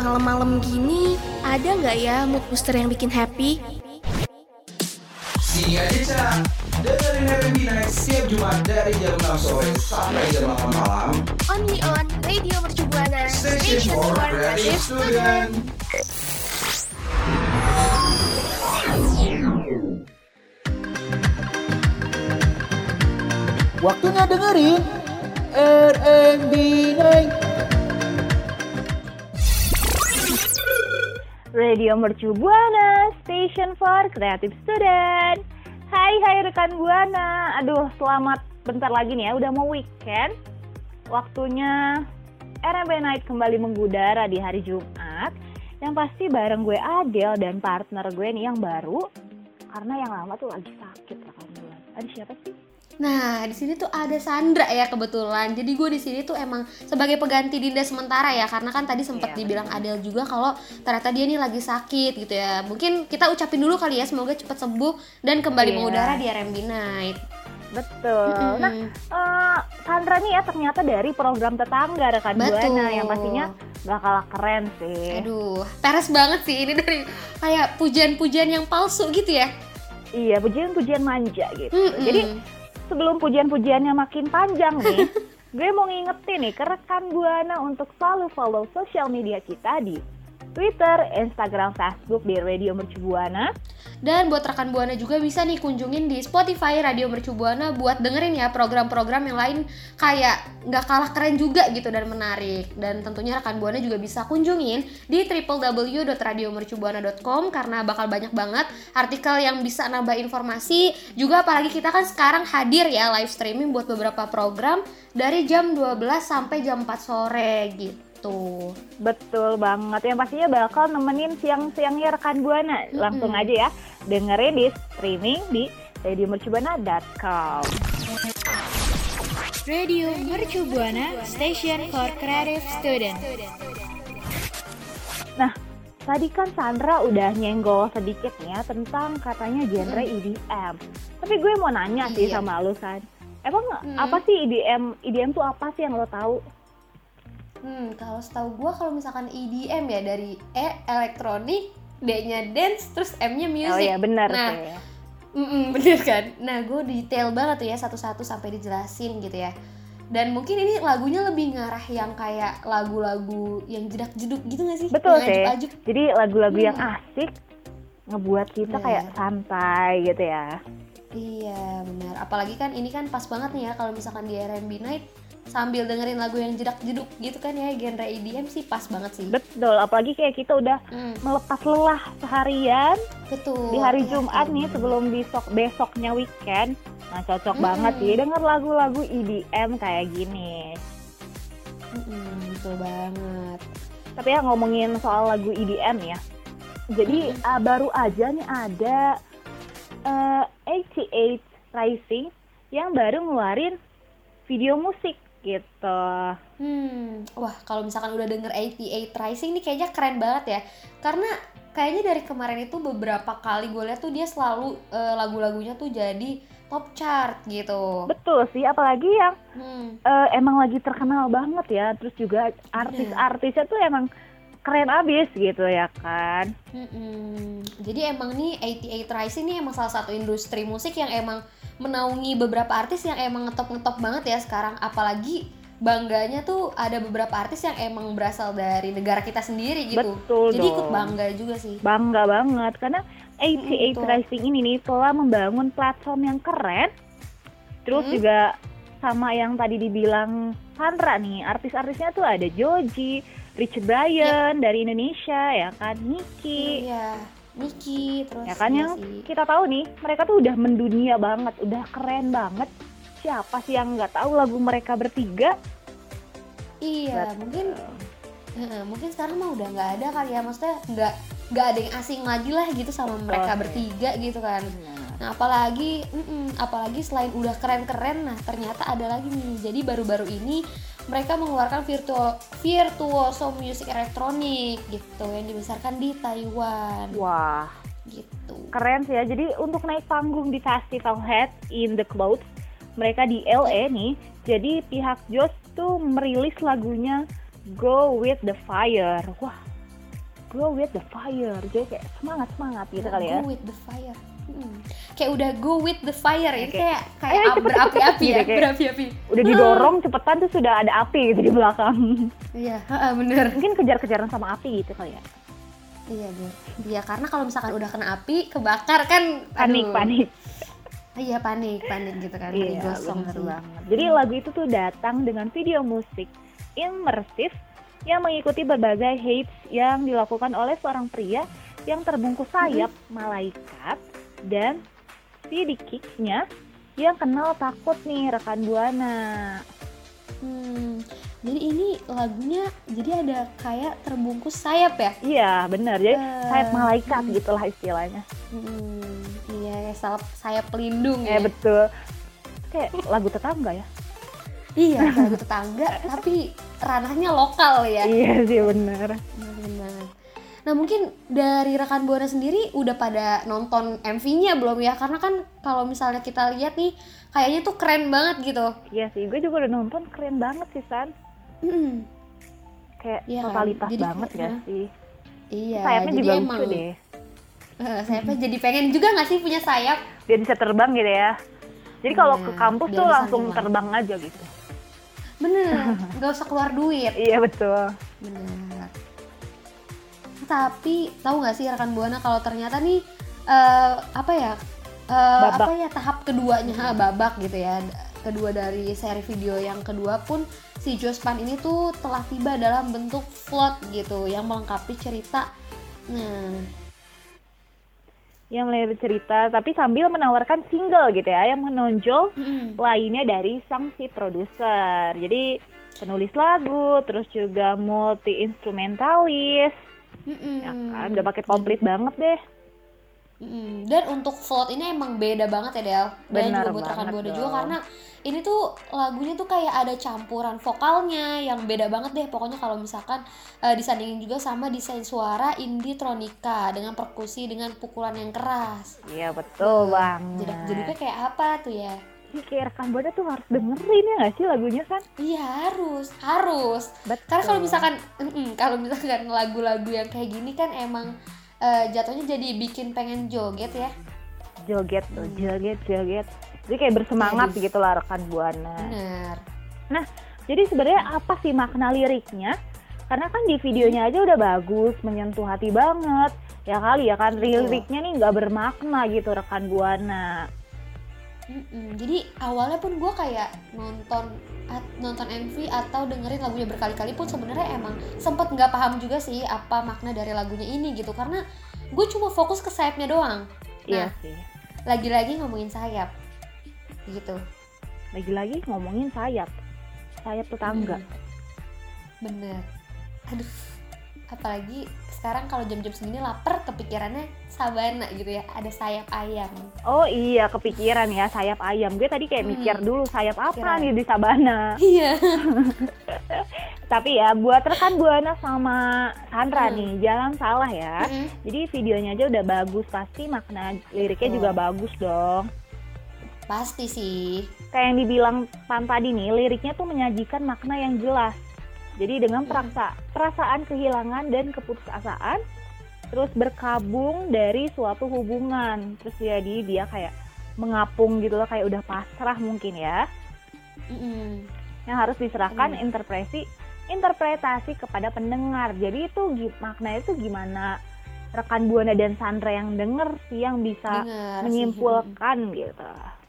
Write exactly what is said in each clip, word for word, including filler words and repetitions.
malam-malam gini, ada nggak ya mood booster yang bikin happy? Sini aja Cak, dengerin R and B Night setiap Jumat dari jam enam sore sampai jam delapan malam. Only on Radio Mercu Buana, Station for Creative Student. Waktunya dengerin R and B Night. Radio Mercu Buana, Station for Creative Student. Hai hai rekan Buana. Aduh, selamat bentar lagi nih ya, udah mau weekend. Waktunya R and B Night kembali mengudara di hari Jumat. Yang pasti bareng gue Adel dan partner gue nih yang baru. Karena yang lama tuh lagi sakit rekan Buana. Ada siapa sih? Nah, di sini tuh ada Sandra ya kebetulan. Jadi gue di sini tuh emang sebagai pengganti Dinda sementara ya, karena kan tadi sempat Iya, dibilang Adel juga kalau ternyata dia nih lagi sakit gitu ya. Mungkin kita ucapin dulu kali ya, semoga cepat sembuh dan kembali Iya. mengudara di R and B Night. Betul. Mm-mm. Nah, uh, Sandra nih ya ternyata dari program tetangga rekan Betul. Buana yang pastinya gak kalah keren sih. Aduh, peres banget sih ini dari kayak pujian-pujian yang palsu gitu ya. Iya, pujian-pujian manja gitu. Mm-mm. Jadi sebelum pujian-pujiannya makin panjang nih, gue mau ngingetin nih ke rekan Buana untuk selalu follow sosial media kita di Twitter, Instagram, Facebook di Radio Mercu Buana. Dan buat rekan Buana juga bisa nih kunjungin di Spotify Radio Mercu Buana buat dengerin ya program-program yang lain kayak nggak kalah keren juga gitu dan menarik. Dan tentunya rekan Buana juga bisa kunjungin di w w w dot radio mercu buana dot com karena bakal banyak banget artikel yang bisa nambah informasi. Juga apalagi kita kan sekarang hadir ya live streaming buat beberapa program dari jam dua belas sampai jam empat sore gitu. Tuh. Betul banget, yang pastinya bakal nemenin siang-siangnya rekan Buana. Langsung Mm-mm. aja ya, dengerin di streaming di radio mercu buana dot com. Radio Mercu Buana, Station for Creative Student. Nah, tadi kan Sandra udah nyenggol sedikit nih ya tentang katanya genre E D M. Tapi gue mau nanya sih Iya. sama lu, San. Emang Hmm. apa sih E D M? E D M tuh apa sih yang lo tahu? Hmm, kalau setahu gue kalau misalkan E D M ya dari E elektronik, D-nya dance, terus M-nya music. Oh iya, benar Nah, sih. mm-mm, bener kan? Nah, gue detail banget tuh ya satu-satu sampai dijelasin gitu ya. Dan mungkin ini lagunya lebih ngarah yang kayak lagu-lagu yang jedak-jeduk gitu gak sih? Betul Yang sih. ajuk-ajuk. Jadi lagu-lagu yang Hmm. asik ngebuat kita Bener. kayak santai gitu ya. Iya, benar. Apalagi kan ini kan pas banget nih ya kalau misalkan di R and B Night sambil dengerin lagu yang jedak-jeduk gitu kan ya, genre E D M sih pas banget sih. Betul, apalagi kayak kita udah Hmm, melepas lelah seharian betul. di hari Iya, Jumat iya, nih bener. sebelum besok besoknya weekend. Nah, cocok Mm-mm. banget sih denger lagu-lagu E D M kayak gini. Mm-mm, betul banget. Tapi ya ngomongin soal lagu E D M ya. Jadi uh, baru aja nih ada uh, delapan delapan Rising yang baru ngeluarin video musik gitu. Hmm, wah kalau misalkan udah denger delapan delapan Rising nih kayaknya keren banget ya. Karena kayaknya dari kemarin itu beberapa kali gue lihat tuh dia selalu eh, lagu-lagunya tuh jadi top chart gitu. Betul sih, apalagi yang Hmm, uh, emang lagi terkenal banget ya. Terus juga artis-artisnya tuh emang keren abis gitu ya kan. mm-mm. Jadi emang nih delapan delapan Rising nih emang salah satu industri musik yang emang menaungi beberapa artis yang emang ngetop-ngetop banget ya sekarang. Apalagi bangganya tuh ada beberapa artis yang emang berasal dari negara kita sendiri gitu. Betul Jadi ikut dong. bangga juga sih. Bangga banget karena delapan delapan betul. Rising ini nih telah membangun platform yang keren. Terus Hmm. juga sama yang tadi dibilang Sandra nih, artis-artisnya tuh ada Joji, Rich Brian dari Indonesia ya kan, Niki. Iya, Niki terus Ya kan iya yang sih. kita tahu nih, mereka tuh udah mendunia banget, udah keren banget. Siapa sih yang nggak tahu lagu mereka bertiga? Iya, Betul. mungkin eh, mungkin sekarang mah udah nggak ada kali ya, maksudnya nggak nggak ada yang asing lagi lah gitu sama mereka Betul. bertiga gitu kan. Nah apalagi, mm-mm, apalagi selain udah keren-keren, nah ternyata ada lagi nih. Jadi baru-baru ini mereka mengeluarkan virtual virtuoso musik elektronik gitu yang dibesarkan di Taiwan Wah, gitu. keren sih ya. Jadi untuk naik panggung di festival Head in the Clouds, mereka di L A nih. Jadi pihak Joss tuh merilis lagunya Go With The Fire. Wah, go with the fire, jadi kayak semangat semangat gitu kali ya. Go with the fire. Hmm. Kayak udah go with the fire ya, Kayak- kayak kayak ayo, ab- cepet, cepet, berapi-api cepet, ya, gitu, kayak- berapi-api. Udah didorong cepetan tuh sudah ada api gitu di belakang. Iya, heeh, bener. Mungkin kejar-kejaran sama api gitu kali ya. Iya bener. Iya karena kalau misalkan udah kena api, kebakar kan, Panik aduh. panik. Iya panik, panik gitu kan, Iya, gosong bener sih. banget. Jadi lagu itu tuh datang dengan video musik imersif yang mengikuti berbagai hits yang dilakukan oleh seorang pria yang terbungkus sayap malaikat dan sidikicnya yang kenal takut nih rekan Buana. Hmm, jadi ini lagunya jadi ada kayak terbungkus sayap ya? Iya bener, jadi Eh, sayap malaikat hmm. gitulah istilahnya. Hmm, iya kayak sayap, sayap pelindung Eh ya. betul. Kayak lagu tetangga ya. Iya, lagu tetangga tapi ranahnya lokal ya. Iya sih bener. Benar. Nah mungkin dari rekan Buana sendiri udah pada nonton M V-nya belum ya? Karena kan kalau misalnya kita lihat nih kayaknya tuh keren banget gitu. Iya sih, gue juga udah nonton, keren banget sih San. Mm-mm. Kayak Iya kan? totalitas Jadi banget kayak- gak sih? Iya, Sayapnya jadi juga emang lucu deh. eh, sayapnya jadi pengen juga nggak sih punya sayap? Dia bisa terbang gitu ya. Jadi kalau Nah, ke kampus biar tuh bisa langsung terbang. terbang aja gitu. Bener, nggak usah keluar duit. Iya betul. Bener. Tapi tahu nggak sih rekan Buana kalau ternyata nih eh, apa ya eh, Babak. apa ya tahap keduanya ha, babak gitu ya, kedua dari seri video yang kedua pun si Jospan ini tuh telah tiba dalam bentuk vlog gitu yang melengkapi cerita. Nah, Yang melihat cerita, tapi sambil menawarkan single gitu ya, yang menonjol mm-mm. lainnya dari sang si produser. Jadi penulis lagu, terus juga multi instrumentalis, Mm-mm. ya kan, udah paket komplit banget deh. Mm-mm. Dan untuk vote ini emang beda banget ya Del. Dan Benar juga buat rekan banget Buana dong. juga karena ini tuh lagunya tuh kayak ada campuran vokalnya yang beda banget deh. Pokoknya kalau misalkan eh, disandingin juga sama desain suara Indie-tronika dengan perkusi dengan pukulan yang keras. Iya betul Wah, banget. Jadi jadinya kayak apa tuh ya? Ini kayak rekan Buana tuh harus dengerin ya nggak sih lagunya kan? Iya harus, harus. Betul. Karena kalau misalkan, mm-mm, kalau misalkan lagu-lagu yang kayak gini kan emang eh, jatuhnya jadi bikin pengen joget ya. joget tuh, joget, joget. Jadi kayak bersemangat Aduh. gitu lah rekan Buana. Bener. Nah, jadi sebenarnya apa sih makna liriknya? Karena kan di videonya aja udah bagus, menyentuh hati banget. Ya kali ya kan, Betul. liriknya nih nggak bermakna gitu rekan Buana. Mm-mm. Jadi awalnya pun gue kayak nonton at- nonton M V atau dengerin lagunya berkali-kali pun sebenarnya emang sempet nggak paham juga sih apa makna dari lagunya ini gitu karena gue cuma fokus ke sayapnya doang. Iya Nah, sih. lagi-lagi ngomongin sayap gitu. Lagi-lagi ngomongin sayap. Sayap tetangga. Mm. Bener. Aduh. Apalagi sekarang kalau jam-jam segini lapar kepikirannya sabana gitu ya, ada sayap ayam. Oh iya, kepikiran ya sayap ayam. Gue tadi kayak Hmm. mikir dulu sayap apa Pikiran. nih di sabana. Iya. Tapi ya buat rekan Buana sama Sandra Hmm. nih, jangan salah ya. Mm-mm. Jadi videonya aja udah bagus, pasti makna liriknya Betul. juga bagus dong. Pasti sih. Kayak yang dibilang Tan tadi nih, liriknya tuh menyajikan makna yang jelas. Jadi dengan perasa, perasaan kehilangan dan keputusasaan, terus berkabung dari suatu hubungan. Terus jadi dia kayak mengapung gitu loh, kayak udah pasrah mungkin ya. Mm-mm. Yang harus diserahkan Hmm. interpretasi interpretasi kepada pendengar. Jadi itu gi- maknanya itu gimana rekan Buana dan Sandra yang denger sih yang bisa Dengar sih. menyimpulkan gitu.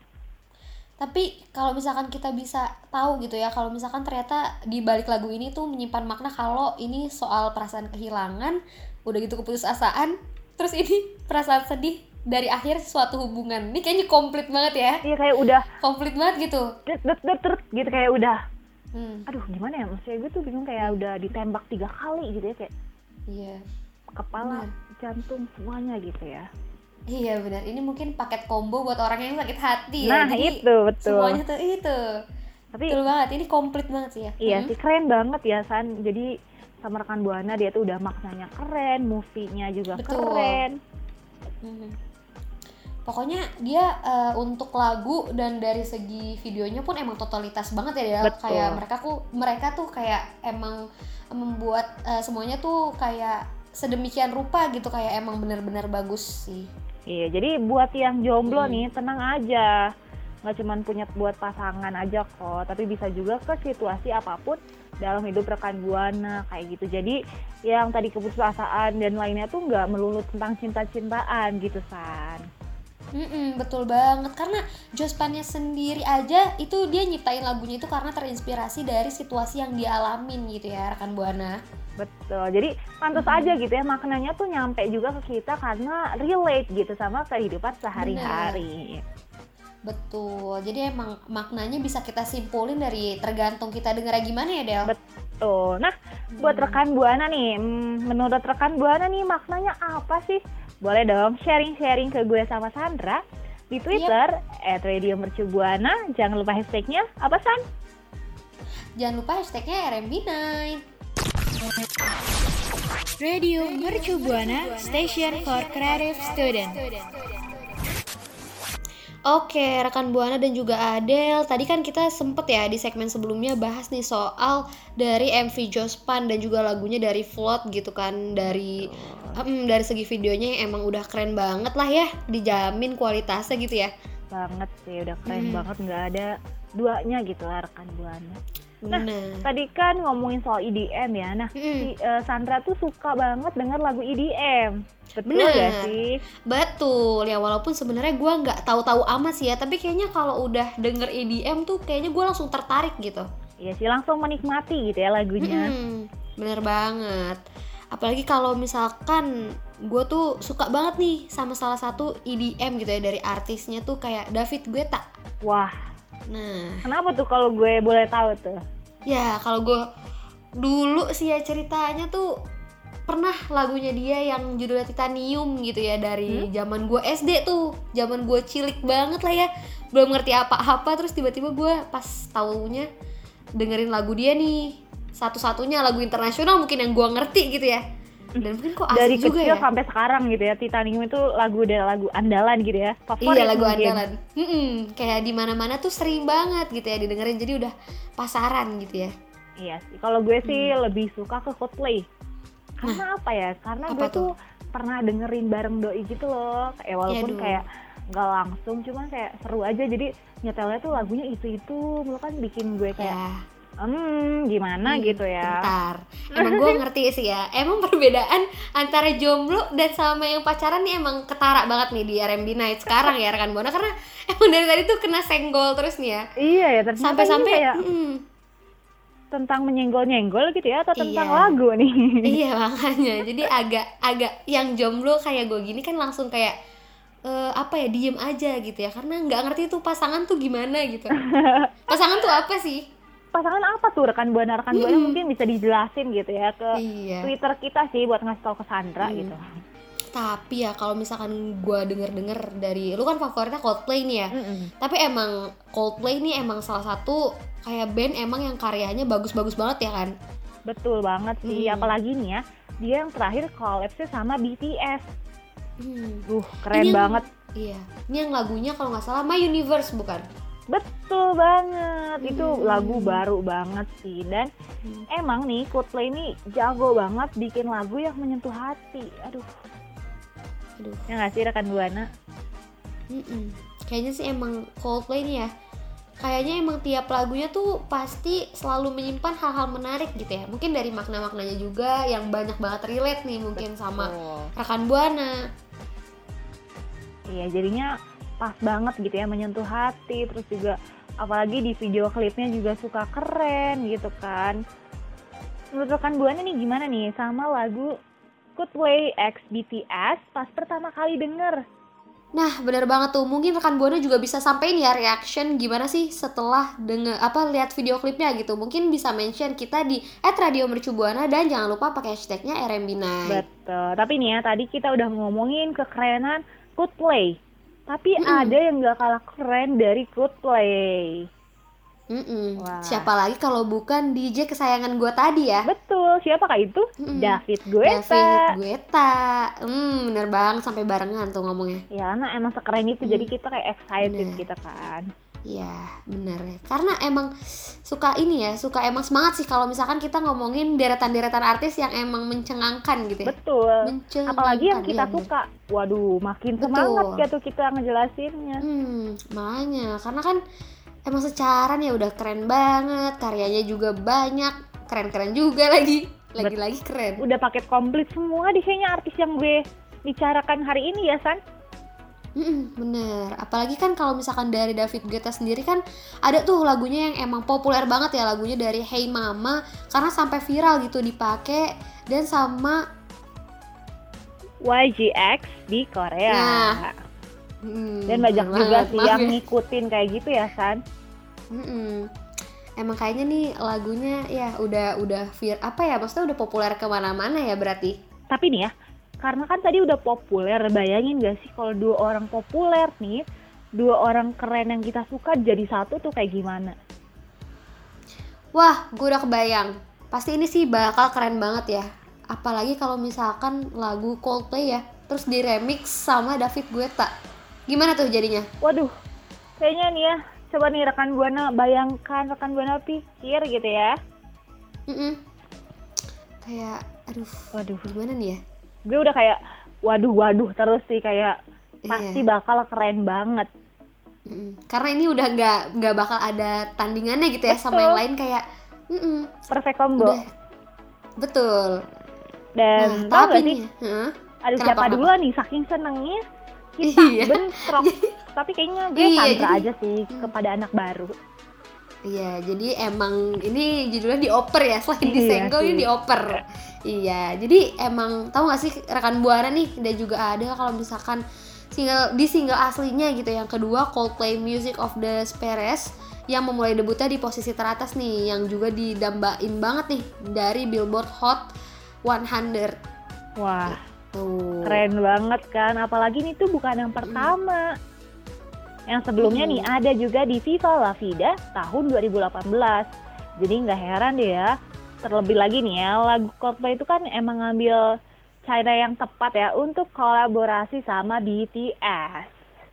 Tapi kalau misalkan kita bisa tahu gitu ya, kalau misalkan ternyata di balik lagu ini tuh menyimpan makna kalau ini soal perasaan kehilangan, udah gitu keputusasaan, terus ini perasaan sedih dari akhir suatu hubungan. Ini kayaknya komplit banget ya. Iya kayak udah Komplit banget gitu. dut, dut, dut, dut, gitu kayak udah Hmm, aduh gimana ya, maksudnya gue tuh bingung kayak udah ditembak tiga kali gitu ya, kayak iya. kepala, Benar. jantung semuanya gitu ya. Iya benar. Ini mungkin paket combo buat orang yang sakit hati Nah ya. Jadi itu betul. semuanya tuh itu. Tapi Betul banget. Ini komplit banget sih ya. iya Hmm. sih keren banget ya San. Jadi sama rekan Buana dia tuh udah maknanya keren, movie-nya juga Betul. keren. Mhm. Pokoknya dia eh, untuk lagu dan dari segi videonya pun emang totalitas banget ya Del. Betul. Kayak mereka tuh mereka tuh kayak emang membuat eh, semuanya tuh kayak sedemikian rupa gitu, kayak emang benar-benar bagus sih. Iya, jadi buat yang jomblo Hmm. nih tenang aja. Nggak cuma punya buat pasangan aja kok, tapi bisa juga ke situasi apapun dalam hidup rekan Buana kayak gitu. Jadi yang tadi keputusasaan dan lainnya tuh nggak melulu tentang cinta-cintaan gitu, San. Mm-mm, betul banget, karena Jospannya sendiri aja itu dia nyiptain lagunya itu karena terinspirasi dari situasi yang dialamin gitu ya rekan Buana. Betul, jadi pantas aja gitu ya, maknanya tuh nyampe juga ke kita karena relate gitu sama kehidupan sehari-hari. Betul, jadi emang maknanya bisa kita simpulin dari tergantung kita dengernya gimana ya Del? Betul. Nah, buat rekan Buana nih, hmm, menurut rekan Buana nih maknanya apa sih? Boleh dong sharing-sharing ke gue sama Sandra di Twitter at radio mercubuana. Jangan lupa hashtagnya apa, San? Jangan lupa hashtagnya R M B nine. Radio Mercu Buana Station for Creative Student. Oke, rekan Buana dan juga Adel, tadi kan kita sempet ya di segmen sebelumnya bahas nih soal dari M V Jospan dan juga lagunya dari Float gitu kan, dari um, dari segi videonya yang emang udah keren banget lah ya, dijamin kualitasnya gitu ya. Banget sih, udah keren Hmm. banget, nggak ada duanya gitu lah rekan Buana. Nah, Bener. tadi kan ngomongin soal E D M ya. Nah, Mm-mm. si uh, Sandra tuh suka banget denger lagu E D M. Betul Bener. gak sih? Betul, ya walaupun sebenarnya gue nggak tahu-tahu amat sih ya, tapi kayaknya kalau udah denger E D M tuh kayaknya gue langsung tertarik gitu. Iya sih, langsung menikmati gitu ya lagunya. Mm-mm, bener banget. Apalagi kalau misalkan gue tuh suka banget nih sama salah satu E D M gitu ya, dari artisnya tuh kayak David Guetta. Wah, Nah, kenapa tuh kalau gue boleh tahu tuh? ya kalau gue dulu sih ya ceritanya tuh pernah lagunya dia yang judulnya Titanium gitu ya, dari zaman gue S D tuh, zaman gue cilik banget lah ya, belum ngerti apa-apa, terus tiba-tiba gue pas taunya dengerin lagu dia nih, satu-satunya lagu internasional mungkin yang gue ngerti gitu ya, dan mungkin kok asik Dari juga kecil ya. sampai sekarang gitu ya, Titanium itu lagu dari lagu andalan gitu ya, favorit Iya, lagu mungkin. andalan. Mm-mm, kayak di mana-mana tuh sering banget gitu ya didengerin, jadi udah pasaran gitu ya. Iya sih, kalau gue sih lebih suka ke Coldplay. Karena apa ya? Karena apa gue tuh? tuh pernah dengerin bareng doi gitu loh. Kayak walaupun Yaduh. kayak nggak langsung, cuman kayak seru aja. Jadi nyetelnya tuh lagunya itu-itu, mulu kan bikin gue kayak, Ya. hmm gimana Hmm, gitu ya. Bentar, emang gue ngerti sih ya. Emang perbedaan antara jomblo dan sama yang pacaran nih emang ketara banget nih di R M B Night sekarang ya rekan Buana, karena emang dari tadi tuh kena senggol terus nih ya. Iya ya, ternyata Sampai-sampai ini kayak mm, tentang menyenggol-nyenggol gitu ya, atau tentang Iya. lagu nih. iya makanya. Jadi agak agak yang jomblo kayak gue gini kan langsung kayak eh, apa ya, diem aja gitu ya, karena nggak ngerti tuh pasangan tuh gimana gitu. Pasangan tuh apa sih? Pasangan apa tuh rekan Buana? Rekan Buana Mm-mm. mungkin bisa dijelasin gitu ya ke Iya. Twitter kita sih buat ngasih tau ke Sandra Hmm. gitu. Tapi ya kalau misalkan gue denger-denger dari lu kan favoritnya Coldplay nih ya. Mm-mm. Tapi emang Coldplay nih emang salah satu kayak band emang yang karyanya bagus-bagus banget ya kan. Betul banget sih, Hmm. apalagi nih ya, dia yang terakhir collapse sama B T S. Hmm. Duh, keren Ini yang- banget. Iya. Ini yang lagunya kalau nggak salah My Universe bukan? Betul banget, itu Hmm. lagu baru banget sih. Dan Hmm. emang nih Coldplay ini jago banget bikin lagu yang menyentuh hati. Aduh, Aduh. ya nggak sih rekan Buana? Mm-mm. Kayaknya sih emang Coldplay nih ya. Kayaknya emang tiap lagunya tuh pasti selalu menyimpan hal-hal menarik gitu ya. Mungkin dari makna-maknanya juga yang banyak banget relate nih mungkin sama Betul. rekan Buana. Iya, jadinya pas banget gitu ya, menyentuh hati. Terus juga apalagi di video klipnya juga suka keren gitu kan. Menurut rekan Buana nih gimana nih sama lagu Coldplay X B T S pas pertama kali denger? Nah, bener banget tuh. Mungkin rekan Buana juga bisa sampein ya reaction gimana sih setelah denger apa lihat video klipnya gitu. Mungkin bisa mention kita di et radio mercu buana dan jangan lupa pakai hashtagnya R M B Night. Betul. Tapi nih ya, tadi kita udah ngomongin kekerenan Coldplay. Tapi Mm-mm. ada yang gak kalah keren dari Coldplay. Mm-mm. Wah. Siapa lagi kalau bukan D J kesayangan gue tadi ya? Betul. Siapakah itu? Mm-mm. David Guetta. David Guetta. Hmm, bener banget sampai barengan tuh ngomongnya. Ya, karena emang sekeren itu, Hmm. jadi kita kayak excited Bener. gitu kan. Iya bener ya, karena emang suka ini ya, suka emang semangat sih kalau misalkan kita ngomongin deretan-deretan artis yang emang mencengangkan gitu ya. Betul. Mencengangkan, Apalagi yang kita iya, suka. Waduh, makin Betul. semangat gitu kita ngejelasinnya. Hmm, makanya karena kan emang secara nih udah keren banget, karyanya juga banyak, keren-keren juga lagi, lagi-lagi keren. Udah paket komplit semua di kayaknya artis yang gue bicarakan hari ini ya, San. Mm-mm, bener, apalagi kan kalau misalkan dari David Guetta sendiri kan ada tuh lagunya yang emang populer banget ya, lagunya dari Hey Mama, karena sampai viral gitu dipakai, dan sama Y G X di Korea. Nah, hmm, Dan banyak banget, juga sih maaf yang ya. ngikutin kayak gitu ya, San. Mm-mm. Emang kayaknya nih lagunya ya udah udah vir apa ya, maksudnya udah populer kemana-mana ya berarti. Tapi nih ya, karena kan tadi udah populer, bayangin gak sih kalau dua orang populer nih, dua orang keren yang kita suka jadi satu tuh kayak gimana? Wah, gue udah kebayang. Pasti ini sih bakal keren banget ya. Apalagi kalau misalkan lagu Coldplay ya, terus di remix sama David Guetta. Gimana tuh jadinya? Waduh, kayaknya nih ya, coba nih rekan Buana bayangkan, rekan Buana pikir gitu ya. Mm-mm. Kayak, aduh, Waduh, gimana nih ya? gue udah kayak waduh-waduh terus sih, kayak pasti Iya. bakal keren banget. Mm-mm. Karena ini udah nggak nggak bakal ada tandingannya gitu ya. Sama Betul. yang lain kayak, mm-mm, Perfect combo. udah, betul. Dan Nah, tau gak tapi sih, nih, huh? aduh kenapa, siapa kenapa? duluan nih, saking senengnya kita Iya. bentrok. Tapi kayaknya gue Iya, Sandra jadi- aja sih kepada anak baru. Iya, jadi emang ini judulnya dioper ya, selain Iya disenggol sih. ini dioper. Iya, jadi emang tahu gak sih rekan Buana nih, dan juga ada kalau misalkan single di single aslinya gitu yang kedua, Coldplay Music of the Spheres, yang memulai debutnya di posisi teratas nih, yang juga didambain banget nih dari Billboard Hot seratus. Wah, Tuh. keren banget kan. Apalagi nih tuh bukan yang pertama. Yang sebelumnya Hmm. nih ada juga di Viva La Vida tahun dua ribu delapan belas. Jadi nggak heran deh ya. Terlebih lagi nih ya, lagu Coldplay itu kan emang ngambil China yang tepat ya untuk kolaborasi sama B T S.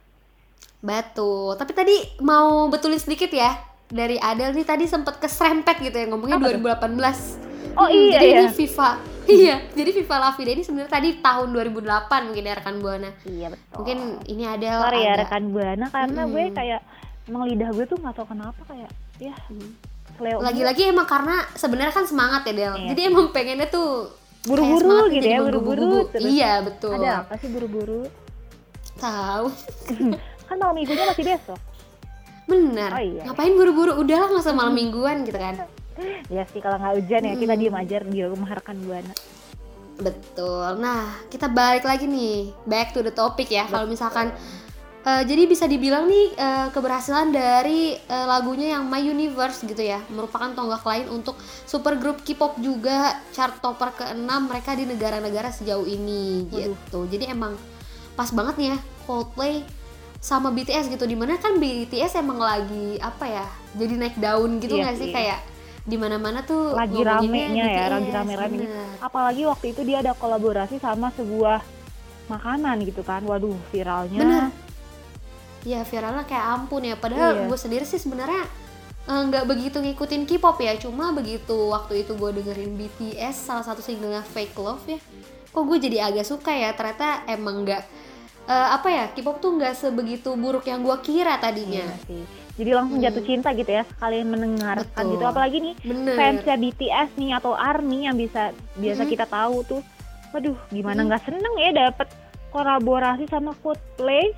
Betul. Tapi tadi mau betulin sedikit ya. Dari Adele nih tadi sempet keserempet gitu ya, ngomongnya Apa dua ribu delapan belas. Oh Hmm, iya jadi ya. ini Viva. Iya, jadi Viva La Vida ini sebenarnya tadi tahun dua ribu delapan mungkin ya rekan Buana. Iya betul. Mungkin ini Adele Sorry ya agak- rekan Buana, karena Hmm. gue kayak emang lidah gue tuh nggak tahu kenapa kayak ya Hmm. Cleo lagi-lagi emang karena sebenarnya kan semangat ya Del. Iya. Jadi emang pengennya tuh kayak buru-buru semangatnya gitu jadi ya, menggebu-gebu. buru-buru terus. Iya, betul. Ada apa sih buru-buru? Tahu. Kan malam minggunya masih besok. Benar. Oh iya. Ngapain buru-buru? Udahlah nggak usah malam mingguan gitu kan. Ya sih, kalau nggak hujan ya kita Hmm. diem aja di rumah rekan Buana. Betul. Nah, kita balik lagi nih, back to the topic ya. Kalau misalkan eh, jadi bisa dibilang nih eh, keberhasilan dari eh, lagunya yang My Universe gitu ya, merupakan tonggak lain untuk supergroup K-pop juga, chart topper keenam mereka di negara-negara sejauh ini gitu. Jadi emang pas banget nih ya Coldplay sama B T S gitu, dimana kan B T S emang lagi apa ya, jadi naik daun gitu Iya nggak sih, sih. kayak di mana-mana tuh Lagi ngomonginnya ramenya ya, B T S, lagi rame-ramenya. bener. Apalagi waktu itu dia ada kolaborasi sama sebuah makanan gitu kan. Waduh, viralnya. Bener. Ya viralnya kayak ampun ya. Padahal Iya. gue sendiri sih sebenarnya eh, nggak begitu ngikutin K-pop ya. Cuma begitu waktu itu gue dengerin B T S salah satu singlenya Fake Love ya, kok gue jadi agak suka ya. Ternyata emang nggak eh, apa ya, K-pop tuh nggak sebegitu buruk yang gue kira tadinya. Iya sih. Jadi langsung jatuh Hmm. cinta gitu ya sekalian mendengarkan Betul. gitu. Apalagi nih Bener. fansnya B T S nih atau ARMY yang bisa biasa Mm-mm. kita tahu tuh. Waduh, gimana Mm-mm. nggak seneng ya dapet kolaborasi sama Coldplay.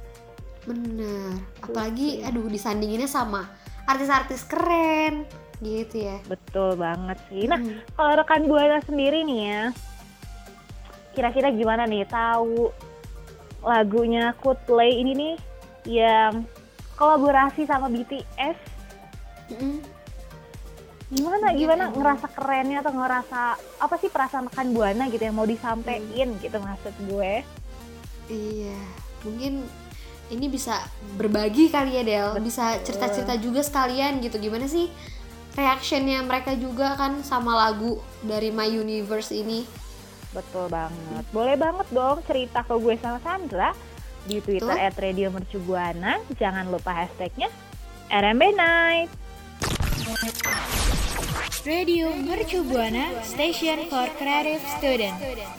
Bener. Apalagi aduh disandinginnya sama artis-artis keren gitu ya. Betul banget sih. Nah, Hmm. kalau rekan Buana sendiri nih ya, kira-kira gimana nih tahu lagunya Coldplay ini nih yang kolaborasi sama B T S? Mm-mm. Gimana Mungkin gimana emang- ngerasa kerennya atau ngerasa apa sih perasaan rekan Buana gitu yang mau disampein gitu maksud gue? Iya, mungkin ini bisa berbagi kali ya Del, bisa cerita-cerita juga sekalian gitu, gimana sih reactionnya mereka juga kan sama lagu dari My Universe ini. Betul banget. Boleh banget dong cerita ke gue sama Sandra di Twitter Tuh. et radio mercubuana. Jangan lupa hashtagnya R M B Night. Radio Mercu Buana Station for Creative Student.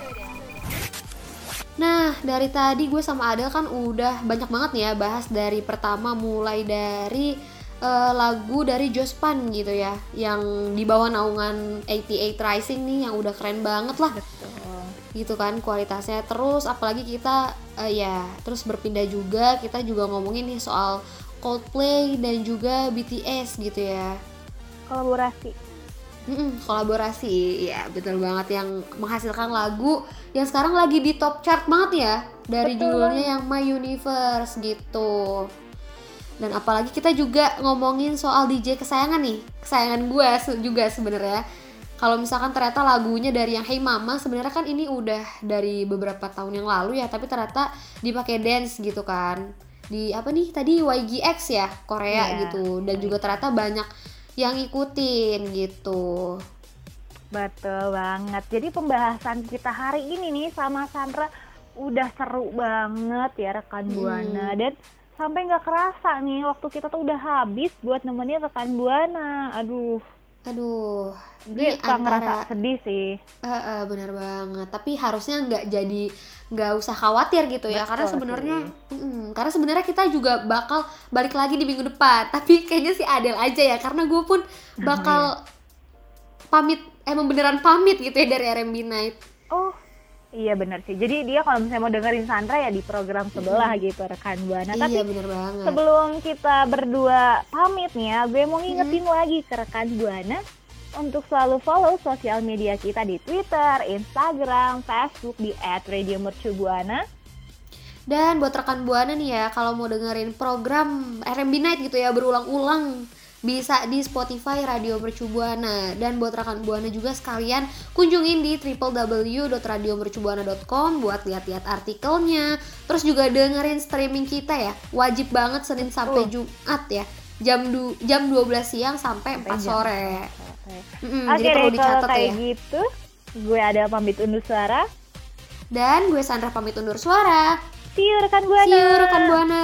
Nah, dari tadi gue sama Adel kan udah banyak banget nih ya bahas dari pertama mulai dari uh, lagu dari Jospan gitu ya, yang di bawah naungan delapan puluh delapan Rising nih yang udah keren banget lah. Betul. Gitu kan kualitasnya. Terus apalagi kita uh, ya terus berpindah juga, kita juga ngomongin nih soal Coldplay dan juga B T S gitu ya. Kolaborasi. Mm-mm, kolaborasi, ya betul banget, yang menghasilkan lagu yang sekarang lagi di top chart banget ya, dari Betul judulnya banget. yang My Universe gitu. Dan apalagi kita juga ngomongin soal D J kesayangan nih, kesayangan gue se- juga sebenarnya. Kalau misalkan ternyata lagunya dari yang Hey Mama, sebenarnya kan ini udah dari beberapa tahun yang lalu ya, tapi ternyata dipakai dance gitu kan. Di apa nih tadi Y G X ya, Korea Iya. gitu, dan juga ternyata banyak yang ngikutin gitu. Betul banget. Jadi pembahasan kita hari ini nih sama Sandra udah seru banget ya rekan Hmm. Buana, dan sampai nggak kerasa nih waktu kita tuh udah habis buat nemenin rekan Buana. Aduh, Aduh, gue ini suka ngerasa antara sedih sih. eh, eh, benar banget. Tapi harusnya nggak jadi, nggak usah khawatir gitu ya, Betul karena sebenarnya, mm, karena sebenarnya kita juga bakal balik lagi di minggu depan. Tapi kayaknya si Adel aja ya, karena gue pun bakal pamit, emang beneran pamit gitu ya dari R M B Night. Oh, iya benar sih. Jadi dia kalau misalnya mau dengerin Sandra ya di program sebelah gitu rekan Buana. Tapi Iya bener banget. sebelum kita berdua pamit nih ya, gue mau ngingetin lagi ke rekan Buana untuk selalu follow sosial media kita di Twitter, Instagram, Facebook di et radio mercubuana. Dan buat rekan Buana nih ya, kalau mau dengerin program R M B Night gitu ya berulang-ulang, bisa di Spotify Radio Mercu Buana. Dan buat rekan Buana juga sekalian kunjungin di w w w dot radio mercubuana dot com buat lihat-lihat artikelnya. Terus juga dengerin streaming kita ya, wajib banget Senin sampai Uh. Jumat ya, jam du- jam dua belas siang sampai empat jam sore. Mm-mm, Oke jadi perlu deh, kalau dicatat kayak ya. gitu, gue ada pamit undur suara. Dan gue Sandra pamit undur suara. See you rekan Buana. See you rekan Buana.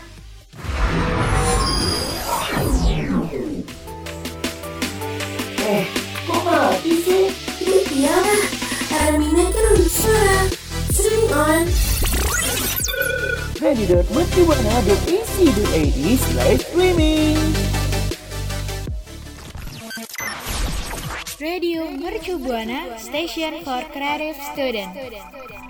Eh, kok mati sih? Ini Tiara. R M B Night kan udah suara. Streaming on. radio dot mercubuana dot a c dot a d slash streaming. Radio Mercu Buana Station for Creative Student.